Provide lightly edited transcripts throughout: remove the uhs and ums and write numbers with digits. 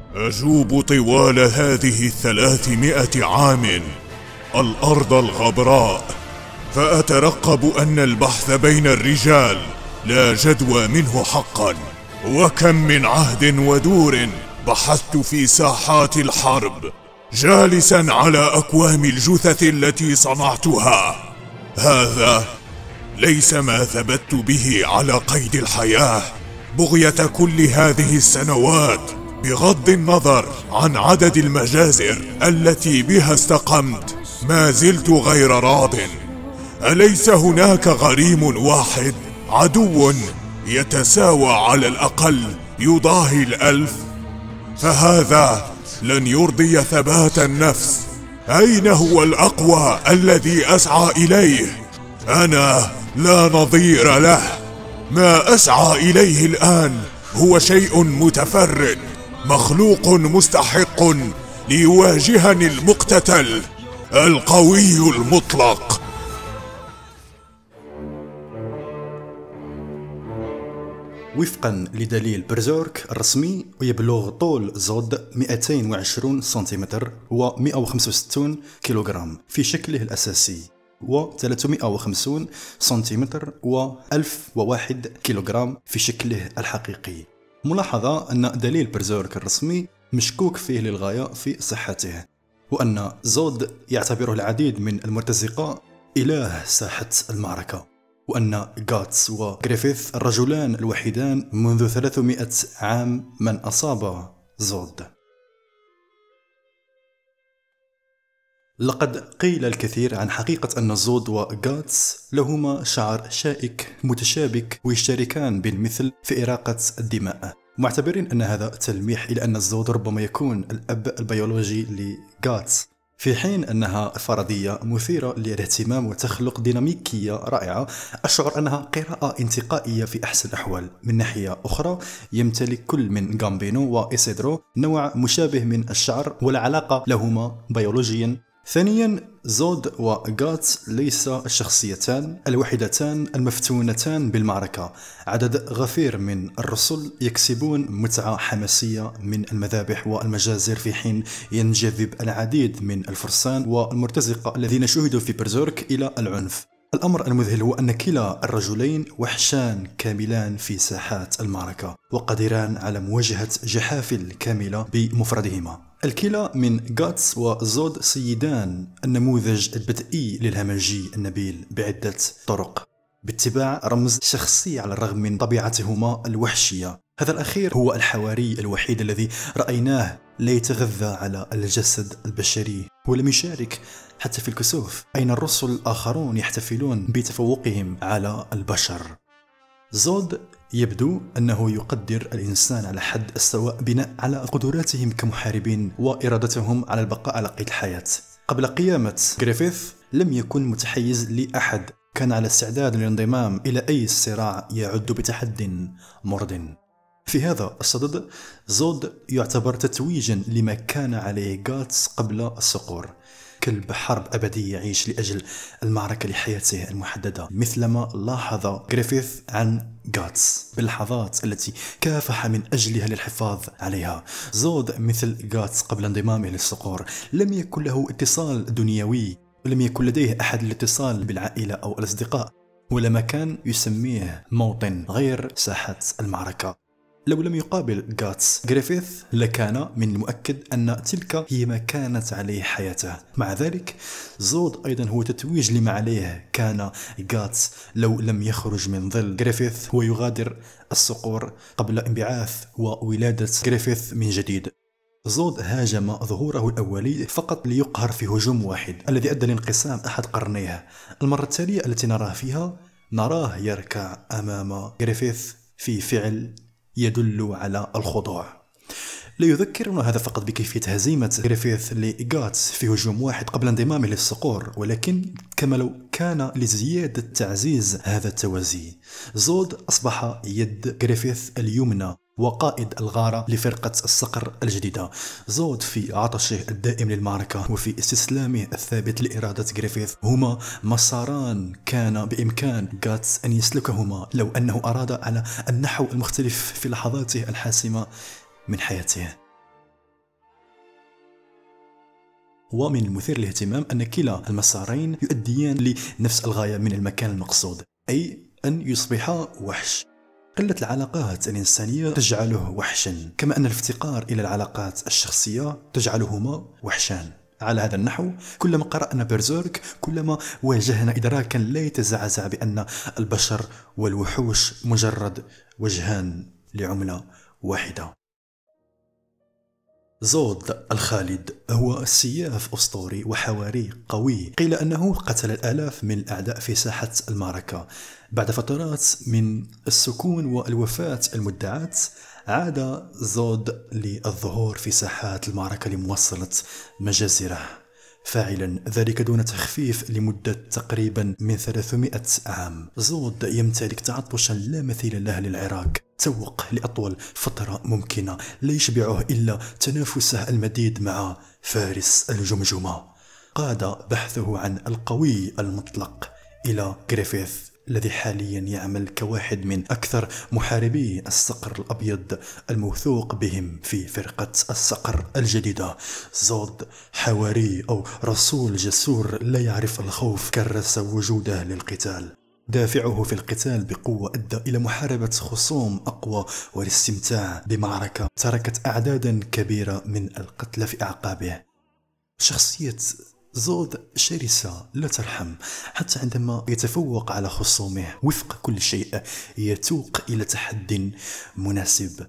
أجوب طوال هذه 300 عام الأرض الغبراء، فأترقب أن البحث بين الرجال لا جدوى منه حقا. وكم من عهد ودور بحثت في ساحات الحرب جالسا على أكوام الجثث التي صنعتها. هذا ليس ما ثبت به على قيد الحياة بغية كل هذه السنوات، بغض النظر عن عدد المجازر التي بها استقمت. ما زلت غير راض. أليس هناك غريم واحد، عدو يتساوى على الأقل يضاهي 1000؟ فهذا لن يرضي ثبات النفس. أين هو الأقوى الذي أسعى إليه؟ أنا لا نظير له. ما أسعى إليه الآن هو شيء متفرد، مخلوق مستحق ليواجهني المقتتل، القوي المطلق. وفقا لدليل برزيرك الرسمي، يبلغ طول زود 220 سنتيمتر و 165 كيلوغرام في شكله الأساسي، و 350 سنتيمتر و 1001 كيلوغرام في شكله الحقيقي. ملاحظة أن دليل برزيرك الرسمي مشكوك فيه للغاية في صحته، وأن زود يعتبره العديد من المرتزقة إله ساحة المعركة، وأن غاتس وغريفيث الرجلان الوحيدان منذ 300 عام من أصاب زود. لقد قيل الكثير عن حقيقة أن زود وغاتس لهما شعر شائك متشابك ويشتركان بالمثل في إراقة الدماء، معتبرين أن هذا تلميح إلى أن زود ربما يكون الأب البيولوجي لغاتس، في حين أنها فرضية مثيرة للاهتمام وتخلق ديناميكية رائعة. أشعر أنها قراءة انتقائية في أحسن الأحوال. من ناحية أخرى، يمتلك كل من غامبينو وإيسيدرو نوع مشابه من الشعر ولا علاقة لهما بيولوجيا. ثانيا، زود وغاتس ليس الشخصيتان الوحيدتان المفتونتان بالمعركة. عدد غفير من الرسل يكسبون متعة حماسية من المذابح والمجازر، في حين ينجذب العديد من الفرسان والمرتزقة الذين شهدوا في برزيرك إلى العنف. الأمر المذهل هو أن كلا الرجلين وحشان كاملان في ساحات المعركة، وقادران على مواجهة جحافل كاملة بمفردهما. الكلا من غاتس وزود سيدان النموذج البدئي للهمجي النبيل بعدة طرق، باتباع رمز شخصي على الرغم من طبيعتهما الوحشية. هذا الأخير هو الحواري الوحيد الذي رأيناه لا يتغذى على الجسد البشري ولم يشارك حتى في الكسوف، أين الرسل الآخرون يحتفلون بتفوقهم على البشر. زود يبدو أنه يقدر الإنسان على حد السواء بناء على قدراتهم كمحاربين وإرادتهم على البقاء على قيد الحياة. قبل قيامة غريفيث لم يكن متحيز لأحد، كان على استعداد للانضمام إلى أي صراع يعد بتحد مرضٍ. في هذا الصدد، زود يعتبر تتويجا لما كان عليه غاتس قبل الصقور، كلب حرب أبدي يعيش لأجل المعركة لحياته المحددة، مثلما لاحظ غريفيث عن غاتس باللحظات التي كافح من أجلها للحفاظ عليها. زود مثل غاتس قبل انضمامه للصقور لم يكن له اتصال دنيوي، ولم يكن لديه أحد الاتصال بالعائلة أو الأصدقاء، ولا مكان يسميه موطن غير ساحة المعركة. لو لم يقابل غاتس غريفيث لكان من المؤكد أن تلك هي ما كانت عليه حياته. مع ذلك، زود أيضا هو تتويج لما عليه كان غاتس لو لم يخرج من ظل غريفيث ويغادر الصقور قبل انبعاث وولادة غريفيث من جديد. زود هاجم ظهوره الأولي فقط ليقهر في هجوم واحد الذي أدى لانقسام أحد قرنيه. المرة التالية التي نراه فيها نراه يركع أمام غريفيث في فعل يدل على الخضوع. لا يذكرنا هذا فقط بكيفية هزيمة غريفيث لغاتس في هجوم واحد قبل انضمامه للصقور، ولكن كما لو كان لزيادة تعزيز هذا التوازي. زود أصبح يد غريفيث اليمنى وقائد الغارة لفرقة الصقر الجديدة. زود في عطشه الدائم للمعركة وفي استسلامه الثابت لإرادة غريفيث هما مساران كان بإمكان غاتس أن يسلكهما لو أنه أراد على النحو المختلف في لحظاته الحاسمة من حياته. ومن المثير للاهتمام أن كلا المسارين يؤديان لنفس الغاية من المكان المقصود، أي أن يصبح وحش. قلة العلاقات الإنسانية تجعله وحشا، كما أن الافتقار إلى العلاقات الشخصية تجعلهما وحشان. على هذا النحو كلما قرأنا برزيرك كلما واجهنا إدراكا لا يتزعزع بأن البشر والوحوش مجرد وجهان لعملة واحدة. زود الخالد هو سياف أسطوري وحواري قوي، قيل أنه قتل الآلاف من الأعداء في ساحة المعركة. بعد فترات من السكون والوفاة المدعاة عاد زود للظهور في ساحات المعركة لمواصلة مجازره، فاعلا ذلك دون تخفيف لمدة تقريبا من 300 عام. زود يمتلك تعطشا لا مثيل له للعراك، تسوق لأطول فترة ممكنة، لا يشبعه إلا تنافسه المديد مع فارس الجمجمة. قاد بحثه عن القوي المطلق إلى غريفيث الذي حاليا يعمل كواحد من أكثر محاربي الصقر الأبيض الموثوق بهم في فرقة الصقر الجديدة. زود حواري أو رسول جسور لا يعرف الخوف، كرس وجوده للقتال. دافعه في القتال بقوة أدى إلى محاربة خصوم أقوى والاستمتاع بمعركة تركت أعدادا كبيرة من القتلى في أعقابه. شخصية زود شرسة لا ترحم، حتى عندما يتفوق على خصومه وفق كل شيء يتوق إلى تحدي مناسب،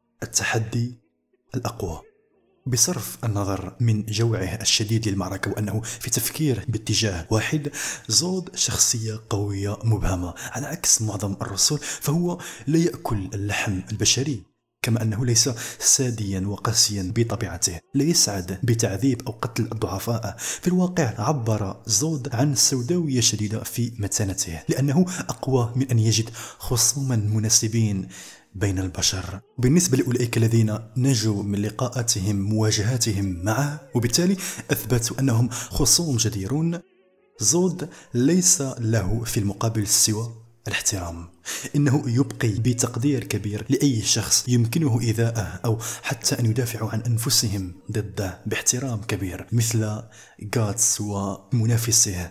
التحدي الأقوى. بصرف النظر من جوعه الشديد للمعركة وأنه في تفكير باتجاه واحد، زود شخصية قوية مبهمة. على عكس معظم الرسل فهو لا يأكل اللحم البشري، كما أنه ليس ساديا وقاسيا بطبيعته، لا يسعد بتعذيب أو قتل الضعفاء. في الواقع عبر زود عن سوداوية شديدة في متانته، لأنه أقوى من أن يجد خصوما مناسبين بين البشر. بالنسبة لأولئك الذين نجوا من لقاءاتهم مواجهاتهم معه وبالتالي أثبتوا أنهم خصوم جديرون، زود ليس له في المقابل سوى الاحترام. إنه يبقي بتقدير كبير لأي شخص يمكنه إيذاءه أو حتى أن يدافعوا عن أنفسهم ضده باحترام كبير، مثل غاتس ومنافسه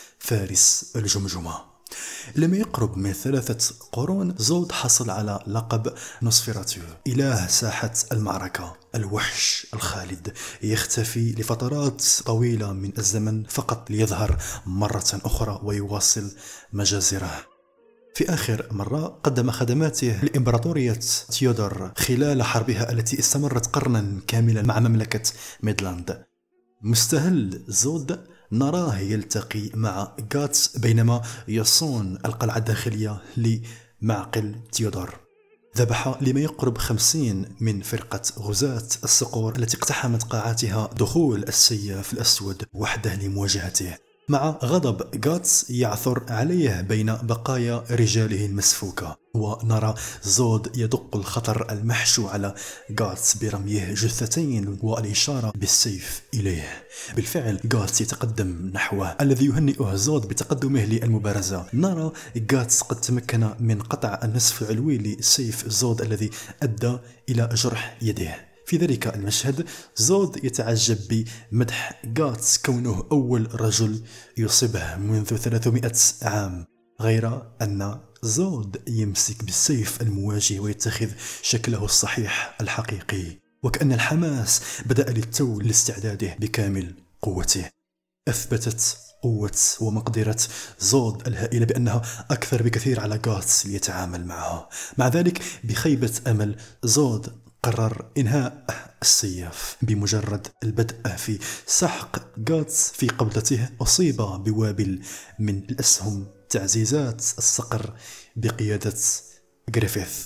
فارس الجمجمة. لما يقرب من 3 قرون زود حصل على لقب نوسفيراتو، إله ساحة المعركة، الوحش الخالد، يختفي لفترات طويلة من الزمن فقط ليظهر مرة أخرى ويواصل مجازره. في آخر مرة قدم خدماته لإمبراطورية تيودور خلال حربها التي استمرت قرنا كاملا مع مملكة ميدلاند. مستهل زود نراه يلتقي مع غاتس بينما يصون القلعة الداخلية لمعقل تيودور. ذبح لما يقرب 50 من فرقة غزاة الصقور التي اقتحمت قاعاتها دخول السياف الأسود وحده لمواجهته. مع غضب غاتس يعثر عليه بين بقايا رجاله المسفوكة، ونرى زود يدق الخطر المحشو على غاتس برميه جثتين والإشارة بالسيف إليه. بالفعل غاتس يتقدم نحوه الذي يهنئه زود بتقدمه للمبارزة. نرى غاتس قد تمكن من قطع النصف العلوي لسيف زود الذي أدى إلى جرح يده. في ذلك المشهد زود يتعجب بمدح غاتس كونه أول رجل يصيبه منذ 300 عام، غير أن زود يمسك بالسيف المواجه ويتخذ شكله الصحيح الحقيقي، وكأن الحماس بدأ للتو لاستعداده بكامل قوته. أثبتت قوة ومقدرة زود الهائلة بأنها أكثر بكثير على غاتس ليتعامل معها. مع ذلك بخيبة أمل زود قرر إنهاء السياف. بمجرد البدء في سحق غاتس في قبضته أصيب بوابل من الأسهم تعزيزات الصقر بقيادة غريفيث.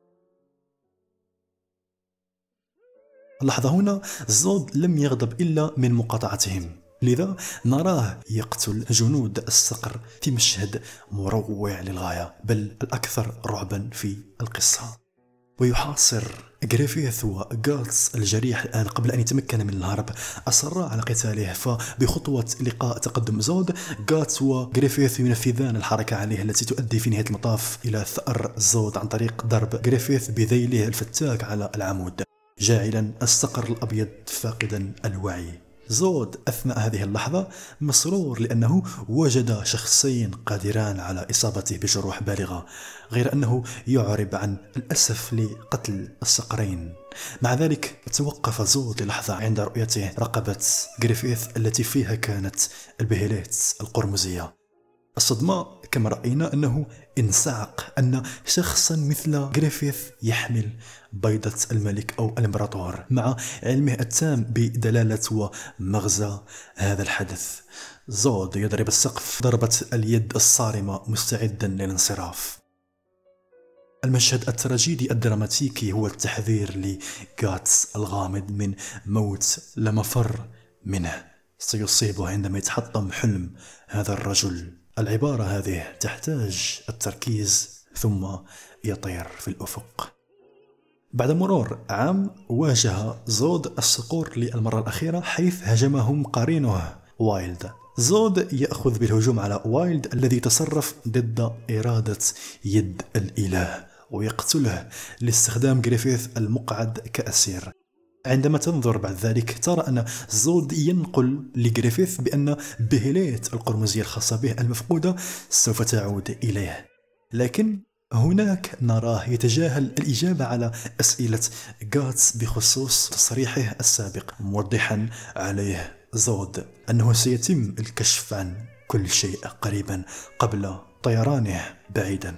اللحظة هنا زود لم يغضب إلا من مقاطعتهم، لذا نراه يقتل جنود الصقر في مشهد مروع للغاية، بل الأكثر رعبا في القصة. ويحاصر غريفيث وغاتس الجريح الآن قبل أن يتمكن من الهرب. أصر على قتاله، فبخطوة لقاء تقدم زود غاتس وغريفيث ينفذان الحركة عليه التي تؤدي في نهاية المطاف إلى ثأر زود عن طريق ضرب غريفيث بذيله الفتاك على العمود، جاعلا الصقر الأبيض فاقدا الوعي زود أثناء هذه اللحظة مسرور لأنه وجد شخصين قادران على إصابته بجروح بالغة، غير أنه يعرب عن الأسف لقتل الصقرين. مع ذلك توقف زود للحظة عند رؤيته رقبة غريفيث التي فيها كانت البهيلات القرمزية. الصدمة كما رأينا أنه انصعق أن شخصا مثل غريفيث يحمل بيضة الملك أو الإمبراطور، مع علمه التام بدلالة ومغزى هذا الحدث. زود يضرب السقف ضربة اليد الصارمة مستعدا للانصراف. المشهد التراجيدي الدراماتيكي هو التحذير لغاتس الغامض من موت لا مفر منه سيصيبه عندما يتحطم حلم هذا الرجل. العبارة هذه تحتاج التركيز ثم يطير في الأفق. بعد مرور عام واجه زود الصقور للمرة الأخيرة حيث هجمهم قرينه وايلد. زود يأخذ بالهجوم على وايلد الذي تصرف ضد إرادة يد الإله ويقتله لاستخدام غريفيث المقعد كأسير. عندما تنظر بعد ذلك ترى أن زود ينقل لغريفيث بأن بهيلات القرمزية الخاصة به المفقودة سوف تعود إليه، لكن هناك نراه يتجاهل الإجابة على أسئلة غاتس بخصوص تصريحه السابق، موضحا عليه زود أنه سيتم الكشف عن كل شيء قريبا قبل طيرانه بعيدا.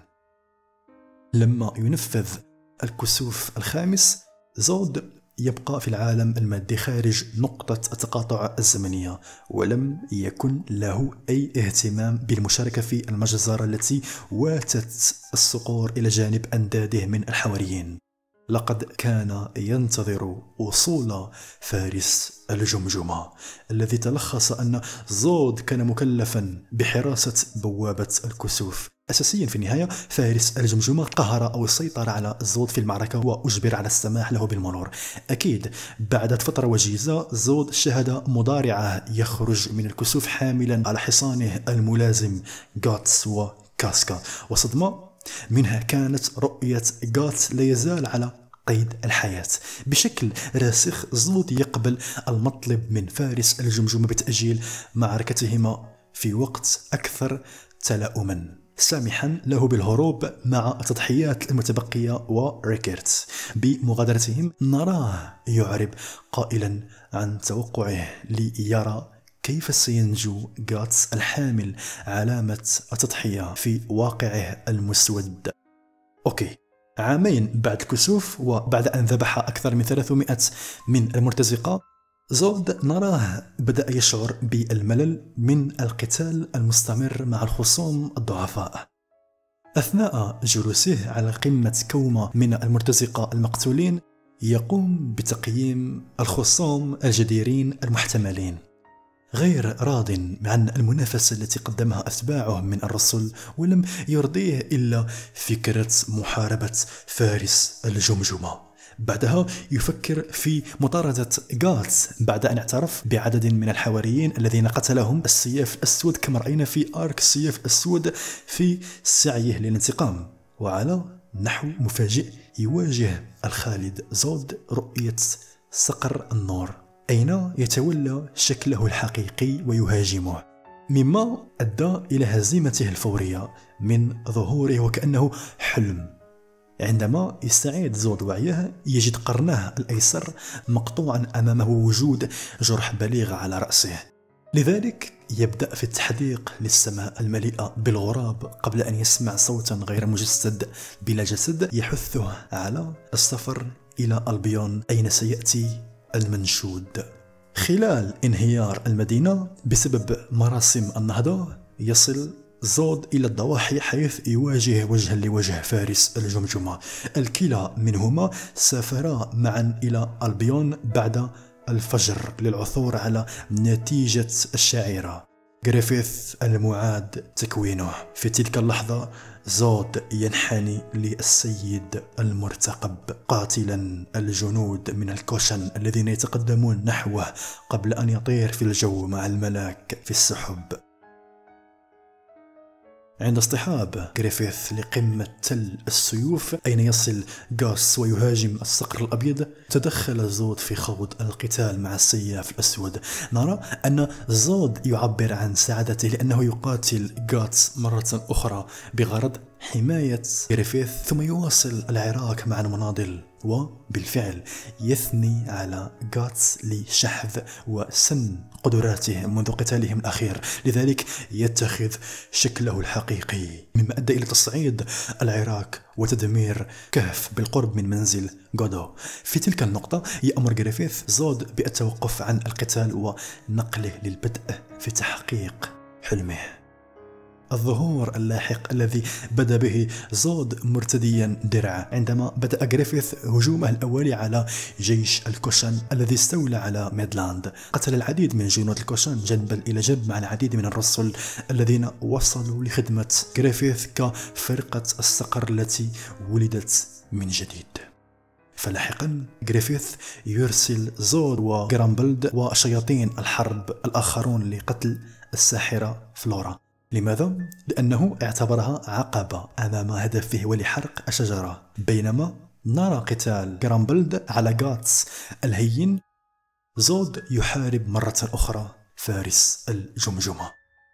لما ينفذ الكسوف الخامس زود يبقى في العالم المادي خارج نقطة التقاطع الزمنية، ولم يكن له أي اهتمام بالمشاركة في المجزرة التي واتت الصقور إلى جانب أنداده من الحواريين. لقد كان ينتظر وصول فارس الجمجمة الذي تلخص أن زود كان مكلفا بحراسة بوابة الكسوف. أساسيا في النهاية فارس الجمجمة قهر أو سيطر على زود في المعركة وأجبر على السماح له بالمرور. أكيد بعد فترة وجيزة زود شهد مضارعه يخرج من الكسوف حاملا على حصانه الملازم غاتس وكاسكا، وصدمة منها كانت رؤية غاتس لا يزال على قيد الحياة. بشكل راسخ زود يقبل المطلب من فارس الجمجمة بتأجيل معركتهما في وقت أكثر تلاؤما، سامحا له بالهروب مع التضحيات المتبقية وريكيرت. بمغادرتهم نراه يعرب قائلا عن توقعه ليرى كيف سينجو غاتس الحامل علامة التضحية في واقعه المسود. أوكي، عامين بعد الكسوف وبعد أن ذبح أكثر من 300 من المرتزقة، زود نراه بدأ يشعر بالملل من القتال المستمر مع الخصوم الضعفاء. أثناء جلوسه على قمة كومة من المرتزقة المقتولين يقوم بتقييم الخصوم الجديرين المحتملين، غير راض عن المنافسة التي قدمها أتباعه من الرسل، ولم يرضيه إلا فكرة محاربة فارس الجمجمة. بعدها يفكر في مطاردة غاتس بعد أن اعترف بعدد من الحواريين الذين قتلهم السياف الأسود كما رأينا في آرك السياف الأسود في سعيه للانتقام. وعلى نحو مفاجئ يواجه الخالد زود رؤية صقر النور أين يتولى شكله الحقيقي ويهاجمه، مما أدى إلى هزيمته الفورية من ظهوره وكأنه حلم. عندما يستعيد زود وعيه يجد قرنه الأيسر مقطوعا أمامه وجود جرح بليغ على رأسه، لذلك يبدأ في التحديق للسماء المليئة بالغراب قبل أن يسمع صوتا غير مجسد بلا جسد يحثه على السفر إلى ألبيون أين سيأتي المنشود. خلال انهيار المدينة بسبب مراسم النهضة يصل زود إلى الضواحي حيث يواجه وجها لوجه فارس الجمجمة. الكلا منهما سافرا معا إلى ألبيون بعد الفجر للعثور على نتيجة الشعيرة غريفيث المعاد تكوينه. في تلك اللحظة زود ينحني للسيد المرتقب قاتلا الجنود من الكوشن الذين يتقدمون نحوه قبل أن يطير في الجو مع الملاك في السحب. عند اصطحاب غريفيث لقمة تل السيوف أين يصل غاس ويهاجم الصقر الأبيض، تدخل زود في خوض القتال مع السياف الأسود. نرى أن زود يعبر عن سعادته لأنه يقاتل غاتس مرة أخرى بغرض حماية غريفيث، ثم يواصل العراك مع المناضل وبالفعل يثني على غاتس لشحذ وسن قدراته منذ قتالهم الأخير، لذلك يتخذ شكله الحقيقي، مما أدى إلى تصعيد العراك وتدمير كهف بالقرب من منزل غودو. في تلك النقطة يأمر غريفيث زود بالتوقف عن القتال ونقله للبدء في تحقيق حلمه. الظهور اللاحق الذي بدأ به زود مرتديا درع عندما بدأ غريفيث هجومه الأولي على جيش الكوشان الذي استولى على ميدلاند. قتل العديد من جنود الكوشان جنبا إلى جنب مع العديد من الرسل الذين وصلوا لخدمة غريفيث كفرقة الصقر التي ولدت من جديد. فلاحقا غريفيث يرسل زود وغرامبلد وشياطين الحرب الآخرون لقتل الساحرة فلورا. لماذا؟ لأنه اعتبرها عقبة أمام هدفه ولحرق الشجرة. بينما نرى قتال غرامبلد على غاتس الهين، زود يحارب مرة أخرى فارس الجمجمة.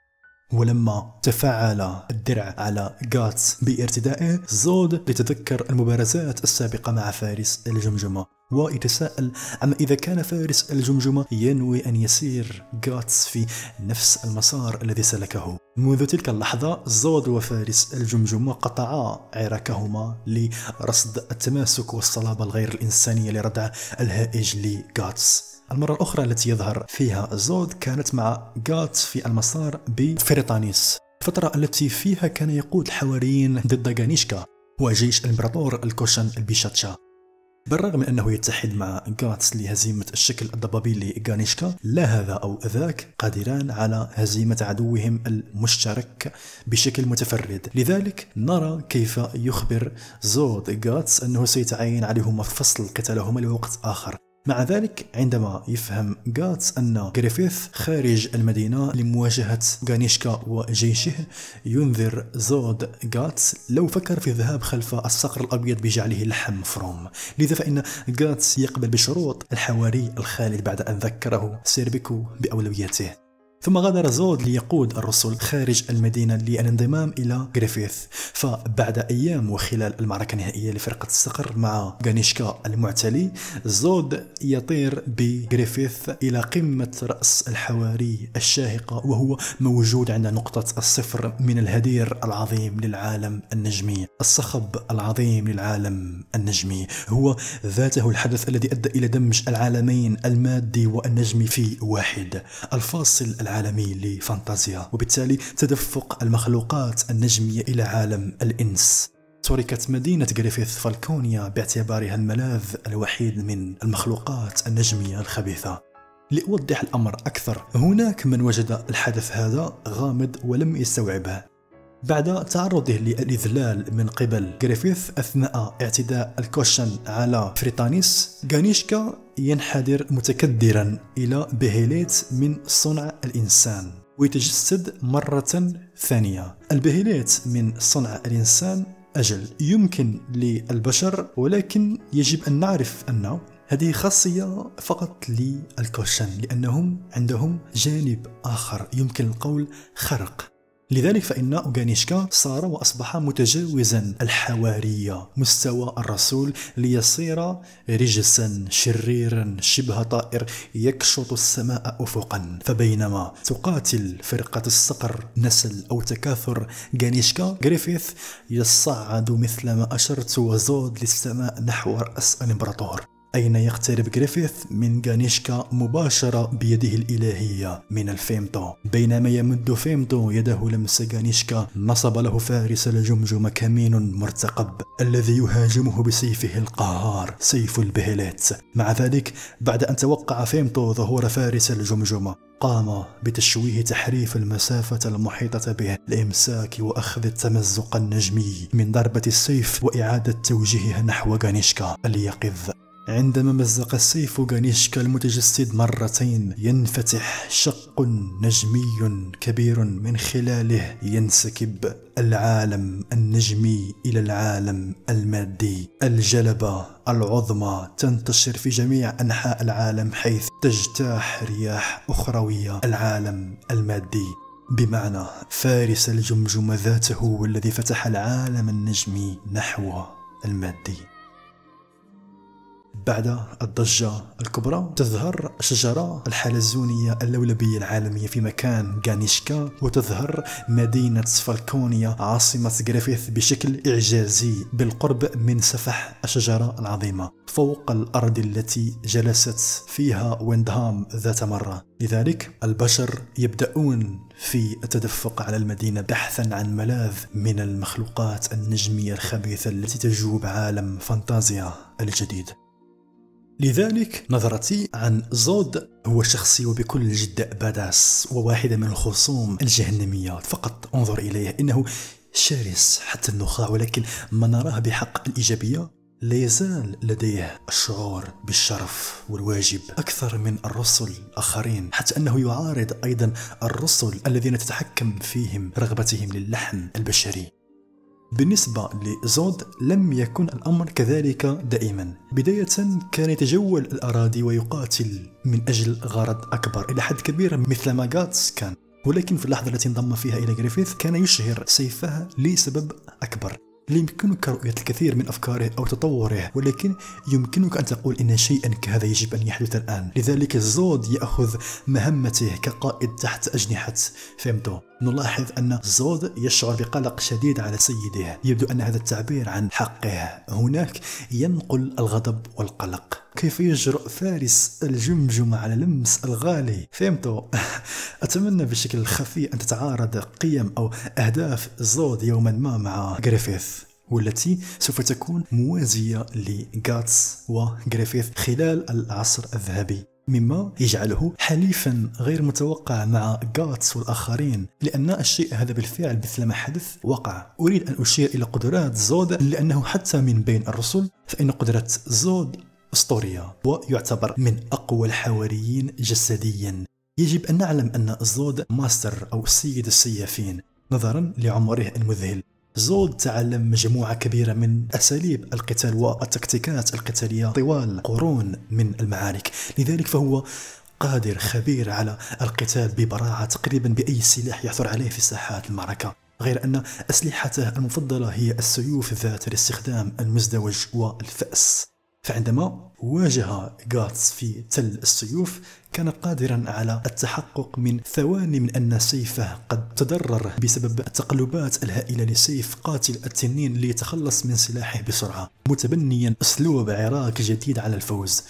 ولما تفاعل الدرع على غاتس بارتدائه، زود يتذكر المبارزات السابقة مع فارس الجمجمة ويتساءل عما إذا كان فارس الجمجمة ينوي أن يسير غاتس في نفس المسار الذي سلكه. منذ تلك اللحظة زود وفارس الجمجمة قطعا عراكهما لرصد التماسك والصلابة الغير الإنسانية لردع الهائج لغاتس. المرة الأخرى التي يظهر فيها زود كانت مع غاتس في المسار بفريطانيس، الفترة التي فيها كان يقود الحواريين ضد غانيشكا وجيش الإمبراطور الكوشان البيشاتشا. بالرغم من أنه يتحد مع غاتس لهزيمة الشكل الضبابي لغانيشكا، لا هذا أو ذاك قادران على هزيمة عدوهم المشترك بشكل متفرد. لذلك نرى كيف يخبر زود غاتس أنه سيتعين عليهما فصل قتالهما لوقت آخر. مع ذلك عندما يفهم غاتس أن غريفيث خارج المدينة لمواجهة غانيشكا وجيشه، ينذر زود غاتس لو فكر في الذهاب خلف الصقر الأبيض بجعله لحم مفروم. لذا فإن غاتس يقبل بشروط الحواري الخالد بعد أن ذكره سيربيكو بأولوياته. ثم غادر زود ليقود الرسل خارج المدينة للانضمام إلى غريفيث. فبعد أيام وخلال المعركة النهائية لفرقة الصقر مع غانيشكا المعتلي، زود يطير بغريفيث إلى قمة رأس الحواري الشاهقة، وهو موجود عند نقطة الصفر من الهدير العظيم للعالم النجمي. الصخب العظيم للعالم النجمي هو ذاته الحدث الذي أدى إلى دمج العالمين المادي والنجمي في واحد، الفاصل العالمي لفانتازيا، وبالتالي تدفق المخلوقات النجمية إلى عالم الإنس. تركت مدينة غريفيث فالكونيا باعتبارها الملاذ الوحيد من المخلوقات النجمية الخبيثة. لأوضح الأمر أكثر، هناك من وجد الحدث هذا غامض ولم يستوعبه. بعد تعرضه للإذلال من قبل غريفيث أثناء اعتداء الكوشان على فريطانيس، غانيشكا ينحدر متكدرا إلى بهيليت من صنع الإنسان ويتجسد مرة ثانية. البهيليت من صنع الإنسان أجل يمكن للبشر، ولكن يجب أن نعرف أن هذه خاصية فقط للكوشان، لأنهم عندهم جانب آخر يمكن القول خرق. لذلك فإن غانيشكا صار وأصبح متجاوزا الحوارية مستوى الرسول ليصير رجسا شريرا شبه طائر يكشط السماء أفقا. فبينما تقاتل فرقة الصقر نسل أو تكاثر غانيشكا، غريفيث يصعد مثل ما أشرت وزود للسماء نحو رأس الإمبراطور، أين يقترب غريفيث من غانيشكا مباشرة بيده الإلهية من الفيمتو. بينما يمد فيمتو يده لمس غانيشكا، نصب له فارس الجمجمة كمين مرتقب الذي يهاجمه بسيفه القهار سيف البهيليت. مع ذلك بعد أن توقع فيمتو ظهور فارس الجمجمة، قام بتشويه تحريف المسافة المحيطة به لإمساك وأخذ التمزق النجمي من ضربة السيف وإعادة توجيهها نحو غانيشكا اليقظ. عندما مزق السيف غانيشكا المتجسد مرتين ينفتح شق نجمي كبير من خلاله ينسكب العالم النجمي إلى العالم المادي. الجلبة العظمى تنتشر في جميع أنحاء العالم حيث تجتاح رياح أخروية العالم المادي، بمعنى فارس الجمجمة ذاته هو الذي فتح العالم النجمي نحو المادي. بعد الضجة الكبرى تظهر الشجرة الحلزونية اللولبية العالمية في مكان غانيشكا، وتظهر مدينة فالكونيا عاصمة غريفيث بشكل إعجازي بالقرب من سفح الشجرة العظيمة فوق الأرض التي جلست فيها ويندهام ذات مرة. لذلك البشر يبدأون في التدفق على المدينة بحثا عن ملاذ من المخلوقات النجمية الخبيثة التي تجوب عالم فانتازيا الجديد. لذلك نظرتي عن زود هو شخصي وبكل جد باداس وواحدة من الخصوم الجهنمية، فقط انظر إليه إنه شرس حتى النخاع، ولكن ما نراه بحق الإيجابية لا يزال لديه الشعور بالشرف والواجب أكثر من الرسل الآخرين، حتى أنه يعارض أيضا الرسل الذين تتحكم فيهم رغبتهم للحم البشري. بالنسبة لزود لم يكن الأمر كذلك دائما. بداية كان يتجول الأراضي ويقاتل من أجل غرض أكبر إلى حد كبير مثل ما غاتس كان، ولكن في اللحظة التي انضم فيها إلى غريفيث كان يشهر سيفه لسبب أكبر. لا يمكنك رؤية الكثير من أفكاره أو تطوره، ولكن يمكنك أن تقول إن شيئا كهذا يجب أن يحدث الآن. لذلك زود يأخذ مهمته كقائد تحت أجنحة فيمتو. نلاحظ أن زود يشعر بقلق شديد على سيده، يبدو أن هذا التعبير عن حقه هناك ينقل الغضب والقلق. كيف يجرؤ فارس الجمجمة على لمس الغالي فيمتو؟ أتمنى بشكل خفي أن تتعارض قيم أو أهداف زود يوما ما مع غريفيث، والتي سوف تكون موازية لغاتس وغريفيث خلال العصر الذهبي، مما يجعله حليفا غير متوقع مع غاتس والآخرين، لأن الشيء هذا بالفعل مثل ما حدث وقع. أريد أن أشير إلى قدرات زود، لأنه حتى من بين الرسل فإن قدرة زود أسطورية ويعتبر من أقوى الحواريين جسديا. يجب أن نعلم أن زود ماستر أو سيد السيافين نظرا لعمره المذهل. زود تعلم مجموعة كبيرة من أساليب القتال والتكتيكات القتالية طوال قرون من المعارك، لذلك فهو قادر خبير على القتال ببراعة تقريبا بأي سلاح يعثر عليه في ساحات المعركة، غير أن أسلحته المفضلة هي السيوف ذات الاستخدام المزدوج والفأس. فعندما واجه غاتس في تل السيوف كان قادرا على التحقق من ثواني من أن سيفه قد تضرر بسبب التقلبات الهائلة لسيف قاتل التنين ليتخلص من سلاحه بسرعة، متبنيا أسلوب عراك جديد على الفوز.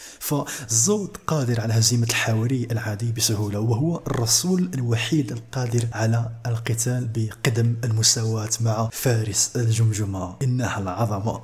فزود قادر على هزيمة الحواري العادي بسهولة، وهو الرسول الوحيد القادر على القتال بقدم المساواة مع فارس الجمجمة. إنها العظمة.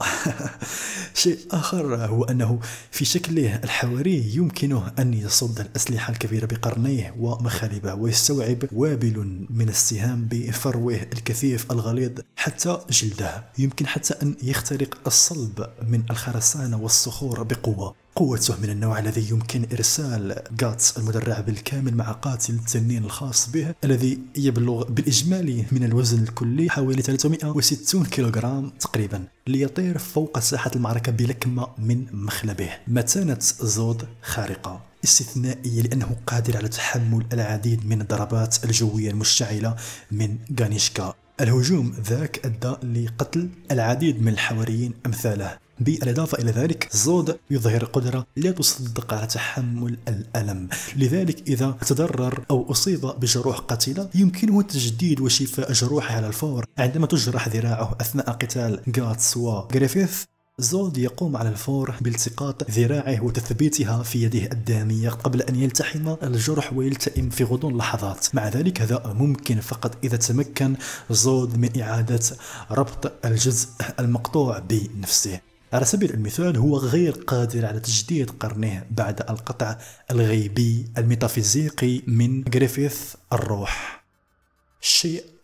شيء آخر هو أنه في شكله الحواري يمكنه أن يصد الأسلحة الكبيرة بقرنيه ومخالبه، ويستوعب وابل من السهام بفروه الكثيف الغليظ حتى جلده. يمكن حتى أن يخترق الصلب من الخرسانة والصخور بقوة. قوته من النوع الذي يمكن إرسال غاتس المدرع بالكامل مع قاتل التنين الخاص به الذي يبلغ بالإجمالي من الوزن الكلي حوالي 360 كيلوغرام تقريبا، ليطير فوق ساحة المعركة بلكمة من مخلبه. متانة زود خارقة استثنائية، لأنه قادر على تحمل العديد من الضربات الجوية المشتعلة من غانيشكا. الهجوم ذاك أدى لقتل العديد من الحواريين أمثاله. بالإضافة إلى ذلك زود يظهر قدرة لا تصدق على تحمل الألم، لذلك إذا تضرر أو أصيب بجروح قاتلة يمكنه تجديد وشفاء جروحه على الفور. عندما تجرح ذراعه أثناء قتال غاتس وغريفيث زود يقوم على الفور بالتقاط ذراعه وتثبيتها في يده الدامية قبل أن يلتحم الجرح ويلتئم في غضون لحظات. مع ذلك هذا ممكن فقط إذا تمكن زود من إعادة ربط الجزء المقطوع بنفسه. على سبيل المثال هو غير قادر على تجديد قرنه بعد القطع الغيبي الميتافيزيقي من غريفيث الروح. شيء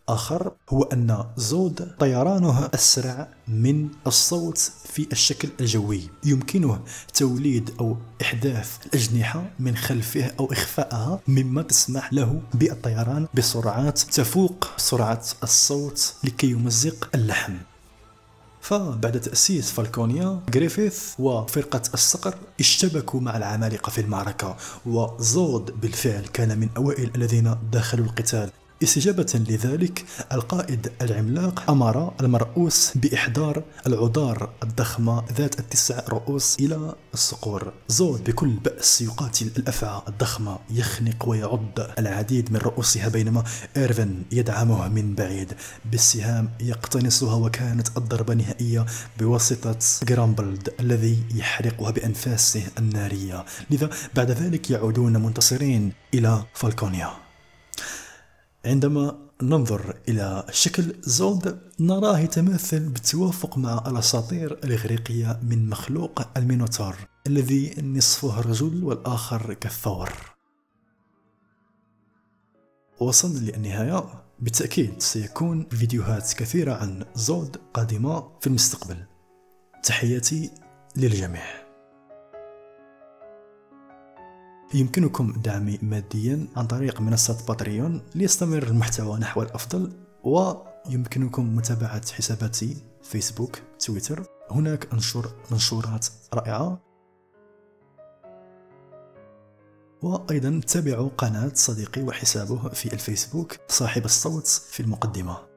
آخر هو أن زود طيرانه أسرع من الصوت في الشكل الجوي، يمكنه توليد أو إحداث الأجنحة من خلفه أو إخفاءها، مما تسمح له بالطيران بسرعات تفوق سرعة الصوت لكي يمزق اللحم. فبعد تأسيس فالكونيا، غريفيث وفرقة الصقر اشتبكوا مع العمالقة في المعركة، وزود بالفعل كان من أوائل الذين دخلوا القتال. استجابة لذلك، القائد العملاق أمر المرؤوس بإحضار العذار الضخمة ذات ال9 رؤوس إلى الصقور. زود بكل بأس يقاتل الأفعى الضخمة، يخنق ويعض العديد من رؤوسها، بينما إيرفين يدعمه من بعيد بالسهام يقتنصها، وكانت الضربة نهائية بواسطة جرامبلد الذي يحرقها بأنفاسه النارية. لذا بعد ذلك يعودون منتصرين إلى فالكونيا. عندما ننظر إلى شكل زود نراه يتماثل بالتوافق مع الأساطير الإغريقية من مخلوق المينوتور الذي نصفه رجل والآخر كالثور. وصلنا للنهاية. بالتأكيد سيكون فيديوهات كثيرة عن زود قادمة في المستقبل. تحياتي للجميع. يمكنكم دعمي ماديا عن طريق منصة باتريون ليستمر المحتوى نحو الأفضل، ويمكنكم متابعة حساباتي فيسبوك، تويتر. هناك أنشر منشورات رائعة، وأيضا تابعوا قناة صديقي وحسابه في الفيسبوك صاحب الصوت في المقدمة.